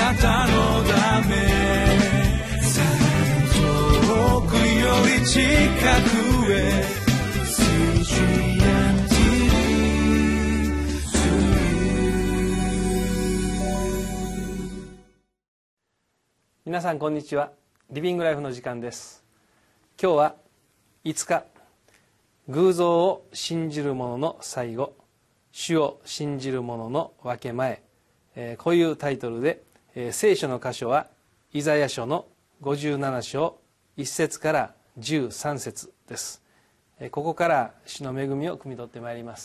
なたのため遠くより近くへ皆さんこんにちは。リビングライフの時間です。今日は5日、偶像を信じる者の最後、主を信じる者の分け前、こういうタイトルで、聖書の箇所はイザヤ書の57章1節から13節です。ここから主の恵みを汲み取ってまいります。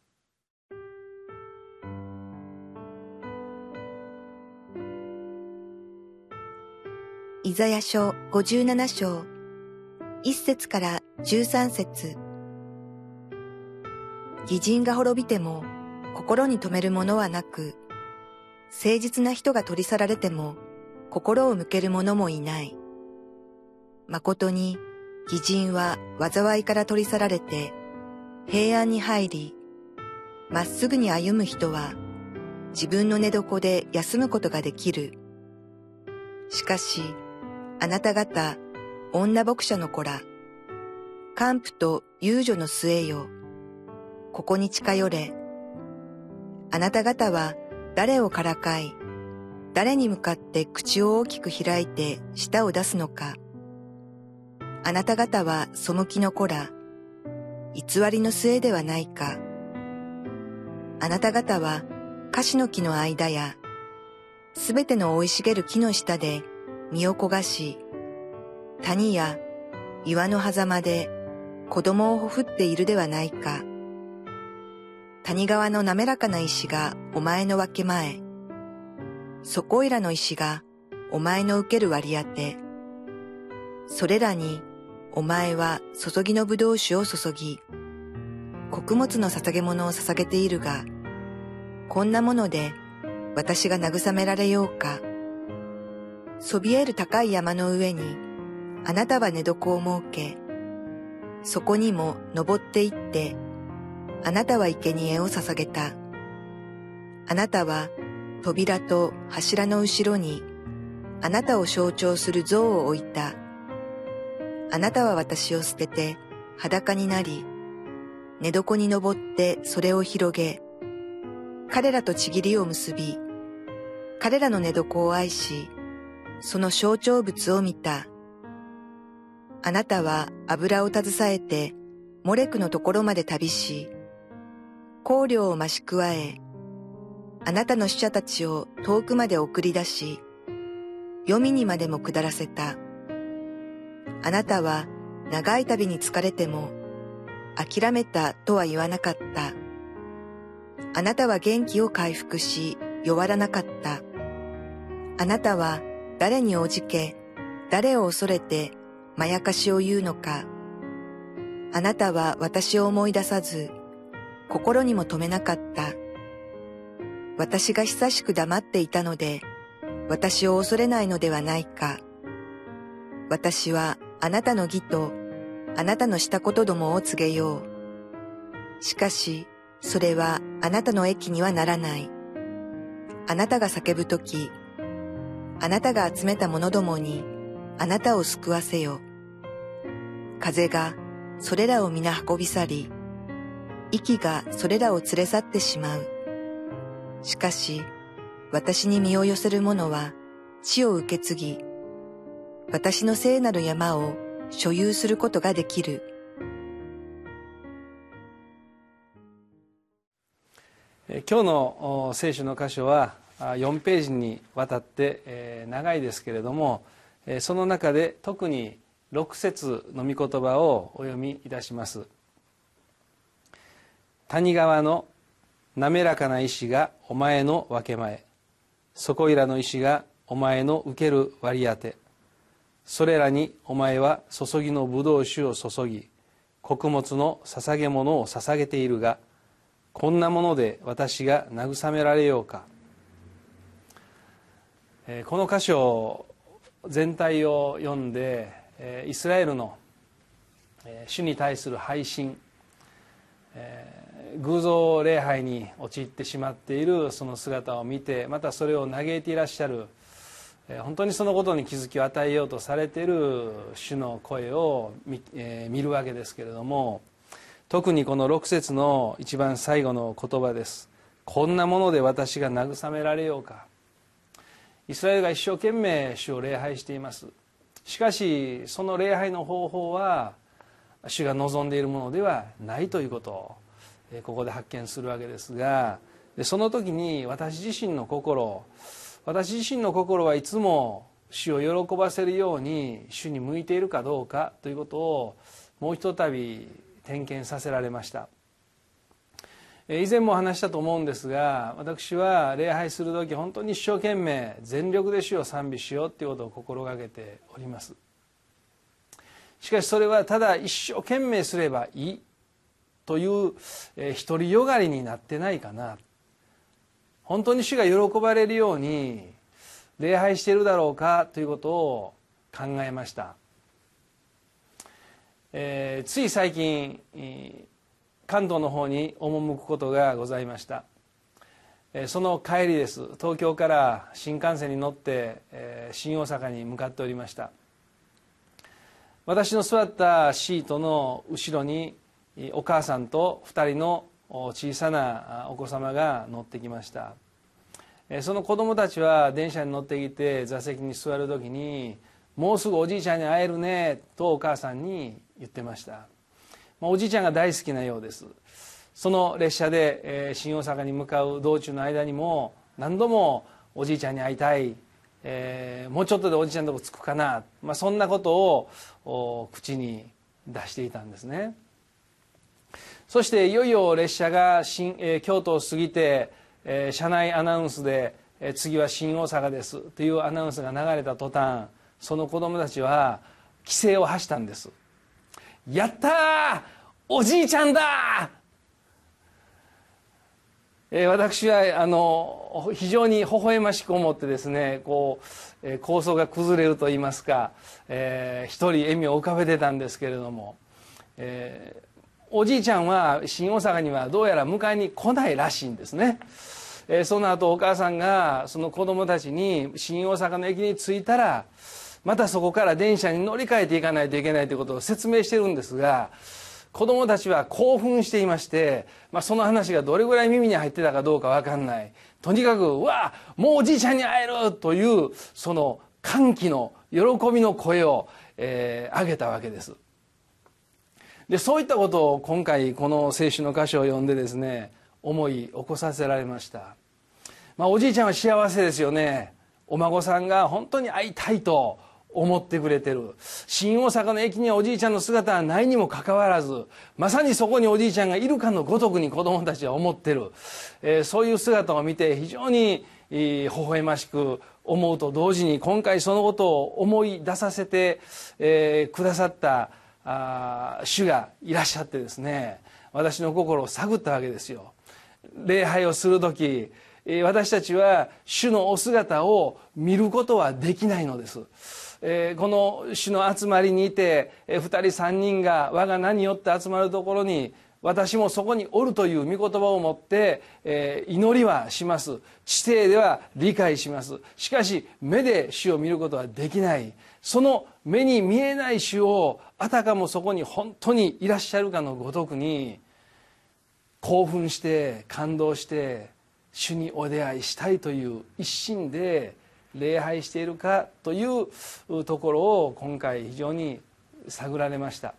イザヤ書57章1節から13節。義人が滅びても心に留めるものはなく、誠実な人が取り去られても心を向ける者もいない。誠に義人は災いから取り去られて平安に入り、まっすぐに歩む人は自分の寝床で休むことができる。しかしあなた方、女牧者の子ら、姦婦と遊女の末よ、ここに近寄れ。あなた方は誰をからかい、誰に向かって口を大きく開いて舌を出すのか。あなた方は背きの子ら、偽りの末ではないか。あなた方は樫の木の間や、すべての生い茂る木の下で、身を焦がし、谷や岩の狭間で子供をほふっているではないか。谷川の滑らかな石がお前の分け前、底いらの石がお前の受ける割り当て。それらにお前は注ぎの葡萄酒を注ぎ、穀物の捧げ物を捧げているが、こんなもので私が慰められようか。そびえる高い山の上に、あなたは寝床を設け、そこにも登っていって、あなたは生贄を捧げた。あなたは扉と柱の後ろに、あなたを象徴する像を置いた。あなたは私を捨てて裸になり、寝床に登ってそれを広げ、彼らとちぎりを結び、彼らの寝床を愛し、その象徴物を見た。あなたは油を携えて、モレクのところまで旅し、香料を増し加え、あなたの使者たちを遠くまで送り出し、黄泉にまでも下らせた。あなたは長い旅に疲れても、諦めたとは言わなかった。あなたは元気を回復し、弱らなかった。あなたは誰におじけ、誰を恐れて、まやかしを言うのか。あなたは私を思い出さず、心にも留めなかった。私が久しく黙っていたので、私を恐れないのではないか。私はあなたの義と、あなたのしたことどもを告げよう。しかし、それはあなたの益にはならない。あなたが叫ぶとき、あなたが集めた者どもに、あなたを救わせよ。風がそれらを皆運び去り、息がそれらを連れ去ってしまう。しかし、私に身を寄せる者は地を受け継ぎ、私の聖なる山を所有することができる。 今日の聖書の箇所は4ページにわたって長いですけれども、その中で特に6節の御言葉をお読みいたします。谷川の滑らかな石がお前の分け前、底いらの石がお前の受ける割り当て。それらにお前は注ぎの葡萄酒を注ぎ、穀物の捧げ物を捧げているが、こんなもので私が慰められようか。この箇所全体を読んで、イスラエルの主に対する背信、 偶像礼拝に陥ってしまっているその姿を見て、またそれを嘆いていらっしゃる、本当にそのことに気づきを与えようとされている主の声を 見るわけですけれども、特にこの6節の一番最後の言葉です。こんなもので私が慰められようか。イスラエルが一生懸命主を礼拝しています。しかしその礼拝の方法は主が望んでいるものではないということをここで発見するわけですが、その時に私自身の心はいつも主を喜ばせるように主に向いているかどうかということをもうひとたび点検させられました。以前も話したと思うんですが、私は礼拝する時本当に一生懸命全力で主を賛美しようということを心がけております。しかしそれはただ一生懸命すればいいという独りよがりになってないかな。本当に主が喜ばれるように礼拝しているだろうかということを考えました。つい最近関東の方に赴くことがございました。その帰りです。東京から新幹線に乗って新大阪に向かっておりました。私の座ったシートの後ろにお母さんと2人の小さなお子様が乗ってきました。その子供たちは電車に乗ってきて座席に座る時に、もうすぐおじいちゃんに会えるねとお母さんに言ってました。おじいちゃんが大好きなようです。その列車で新大阪に向かう道中の間にも何度もおじいちゃんに会いたい、もうちょっとでおじいちゃんのとこ着くかな、そんなことを口に出していたんですね。そしていよいよ列車が京都を過ぎて、車内アナウンスで次は新大阪ですというアナウンスが流れた途端、その子供たちは奇声を発したんです。やったー、おじいちゃんだー。私は非常に微笑ましく思ってですね、構想が崩れるといいますか、一人笑みを浮かべてたんですけれども、おじいちゃんは新大阪にはどうやら迎えに来ないらしいんですね。その後お母さんがその子供たちに新大阪の駅に着いたらまたそこから電車に乗り換えていかないといけないということを説明してるんですが、子供たちは興奮していまして、その話がどれぐらい耳に入ってたかどうか分かんない、とにかく「うわもうおじいちゃんに会える!」というその歓喜の喜びの声を、上げたわけです。でそういったことを今回この聖書の箇所を読んでですね、思い起こさせられました。おじいちゃんは幸せですよね。お孫さんが本当に会いたいと思ってくれてる。新大阪の駅にはおじいちゃんの姿はないにもかかわらず、まさにそこにおじいちゃんがいるかのごとくに子供たちは思ってる、そういう姿を見て非常に微笑ましく思うと同時に、今回そのことを思い出させて、くださった主がいらっしゃってですね、私の心を探ったわけですよ。礼拝をする時、私たちは主のお姿を見ることはできないのです。この主の集まりにいて2人3人が我が名によって集まるところに、私もそこにおるという御言葉を持って祈りはします。知性では理解します。しかし目で主を見ることはできない。その目に見えない主をあたかもそこに本当にいらっしゃるかのごとくに興奮して感動して主にお出会いしたいという一心で礼拝しているかというところを今回非常に探られました。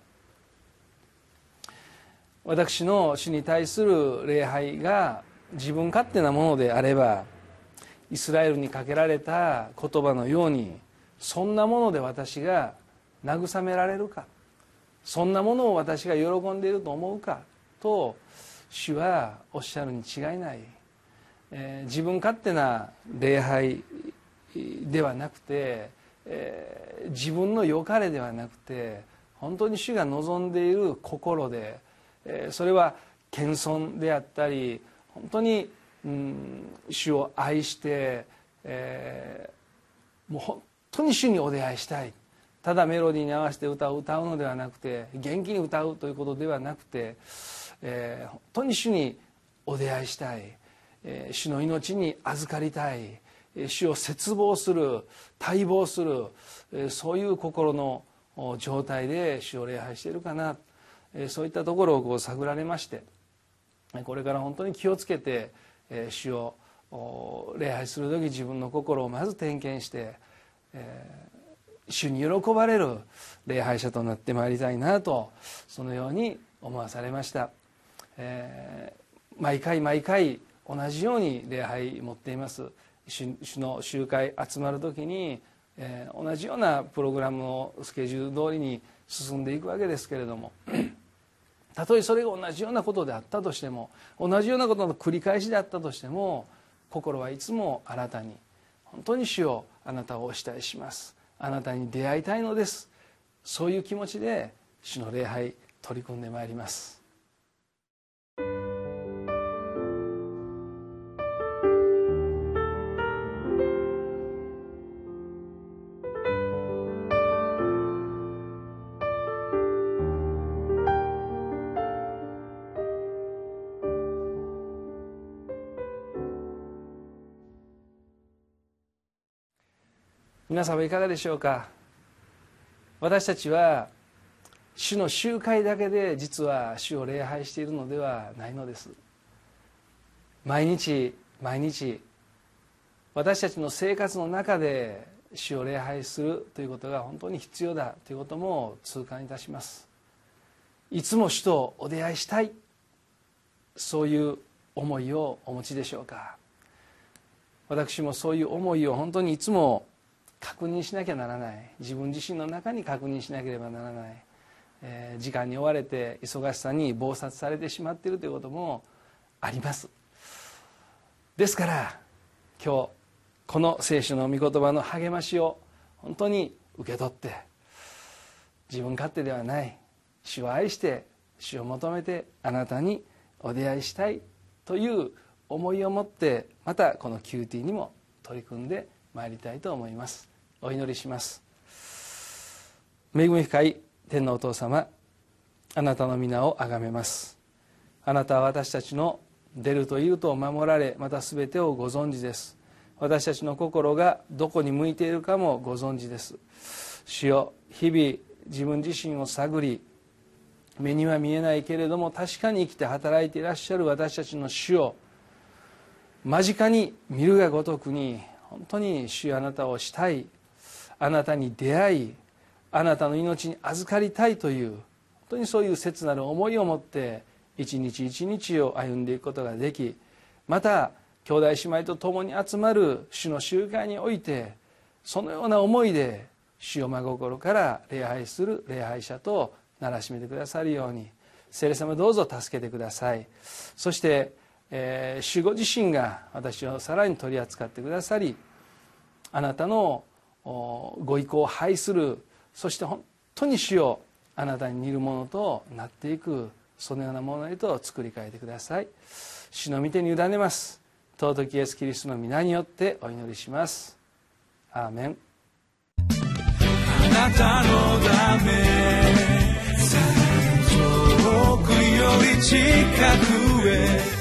私の主に対する礼拝が自分勝手なものであれば、イスラエルにかけられた言葉のように、そんなもので私が慰められるか、そんなものを私が喜んでいると思うかと主はおっしゃるに違いない。自分勝手な礼拝ではなくて、自分の良かれではなくて、本当に主が望んでいる心で、それは謙遜であったり、本当に、主を愛して、もう本当に主にお出会いしたい。 ただメロディーに合わせて歌を歌うのではなくて、元気に歌うということではなくて、本当に主にお出会いしたい、主の命に預かりたい、主を切望する、待望する、そういう心の状態で主を礼拝しているかな、そういったところを探られまして、これから本当に気をつけて主を礼拝する時、自分の心をまず点検して、主に喜ばれる礼拝者となってまいりたいなと、そのように思わされました。毎回毎回同じように礼拝持っています。主の集会集まる時に、同じようなプログラムのスケジュール通りに進んでいくわけですけれども、たとえそれが同じようなことであったとしても、同じようなことの繰り返しであったとしても、心はいつもあなたに、本当に主よ、あなたをお慕いします、あなたに出会いたいのです、そういう気持ちで主の礼拝取り組んでまいります。皆様いかがでしょうか。私たちは主の集会だけで実は主を礼拝しているのではないのです。毎日毎日私たちの生活の中で主を礼拝するということが本当に必要だということも痛感いたします。いつも主とお出会いしたい、そういう思いをお持ちでしょうか。私もそういう思いを本当にいつも確認しなきゃならない、自分自身の中に確認しなければならない、時間に追われて忙しさに忙殺されてしまっているということもあります。ですから今日この聖書の御言葉の励ましを本当に受け取って、自分勝手ではない、主を愛して主を求めてあなたにお出会いしたいという思いを持って、またこの QT にも取り組んでまいりたいと思います。お祈りします。恵み深い天のお父様、あなたの皆をあがめます。あなたは私たちの出るといるとを守られ、また全てをご存知です。私たちの心がどこに向いているかもご存知です。主よ、日々自分自身を探り、目には見えないけれども確かに生きて働いていらっしゃる私たちの主を間近に見るがごとくに、本当に主よ、あなたをしたい、あなたに出会い、あなたの命に預かりたいという、本当にそういう切なる思いを持って一日一日を歩んでいくことができ、また兄弟姉妹と共に集まる主の集会において、そのような思いで主を真心から礼拝する礼拝者とならしめてくださるように、聖霊様どうぞ助けてください。そして、主ご自身が私をさらに取り扱ってくださり、あなたのご意向を拝する、そして本当に主をあなたに似るものとなっていく、そのようなものへと作り変えてください。主の御手に委ねます。尊きイエスキリストの皆によってお祈りします。アーメン。 あなたのため遠くより近くへ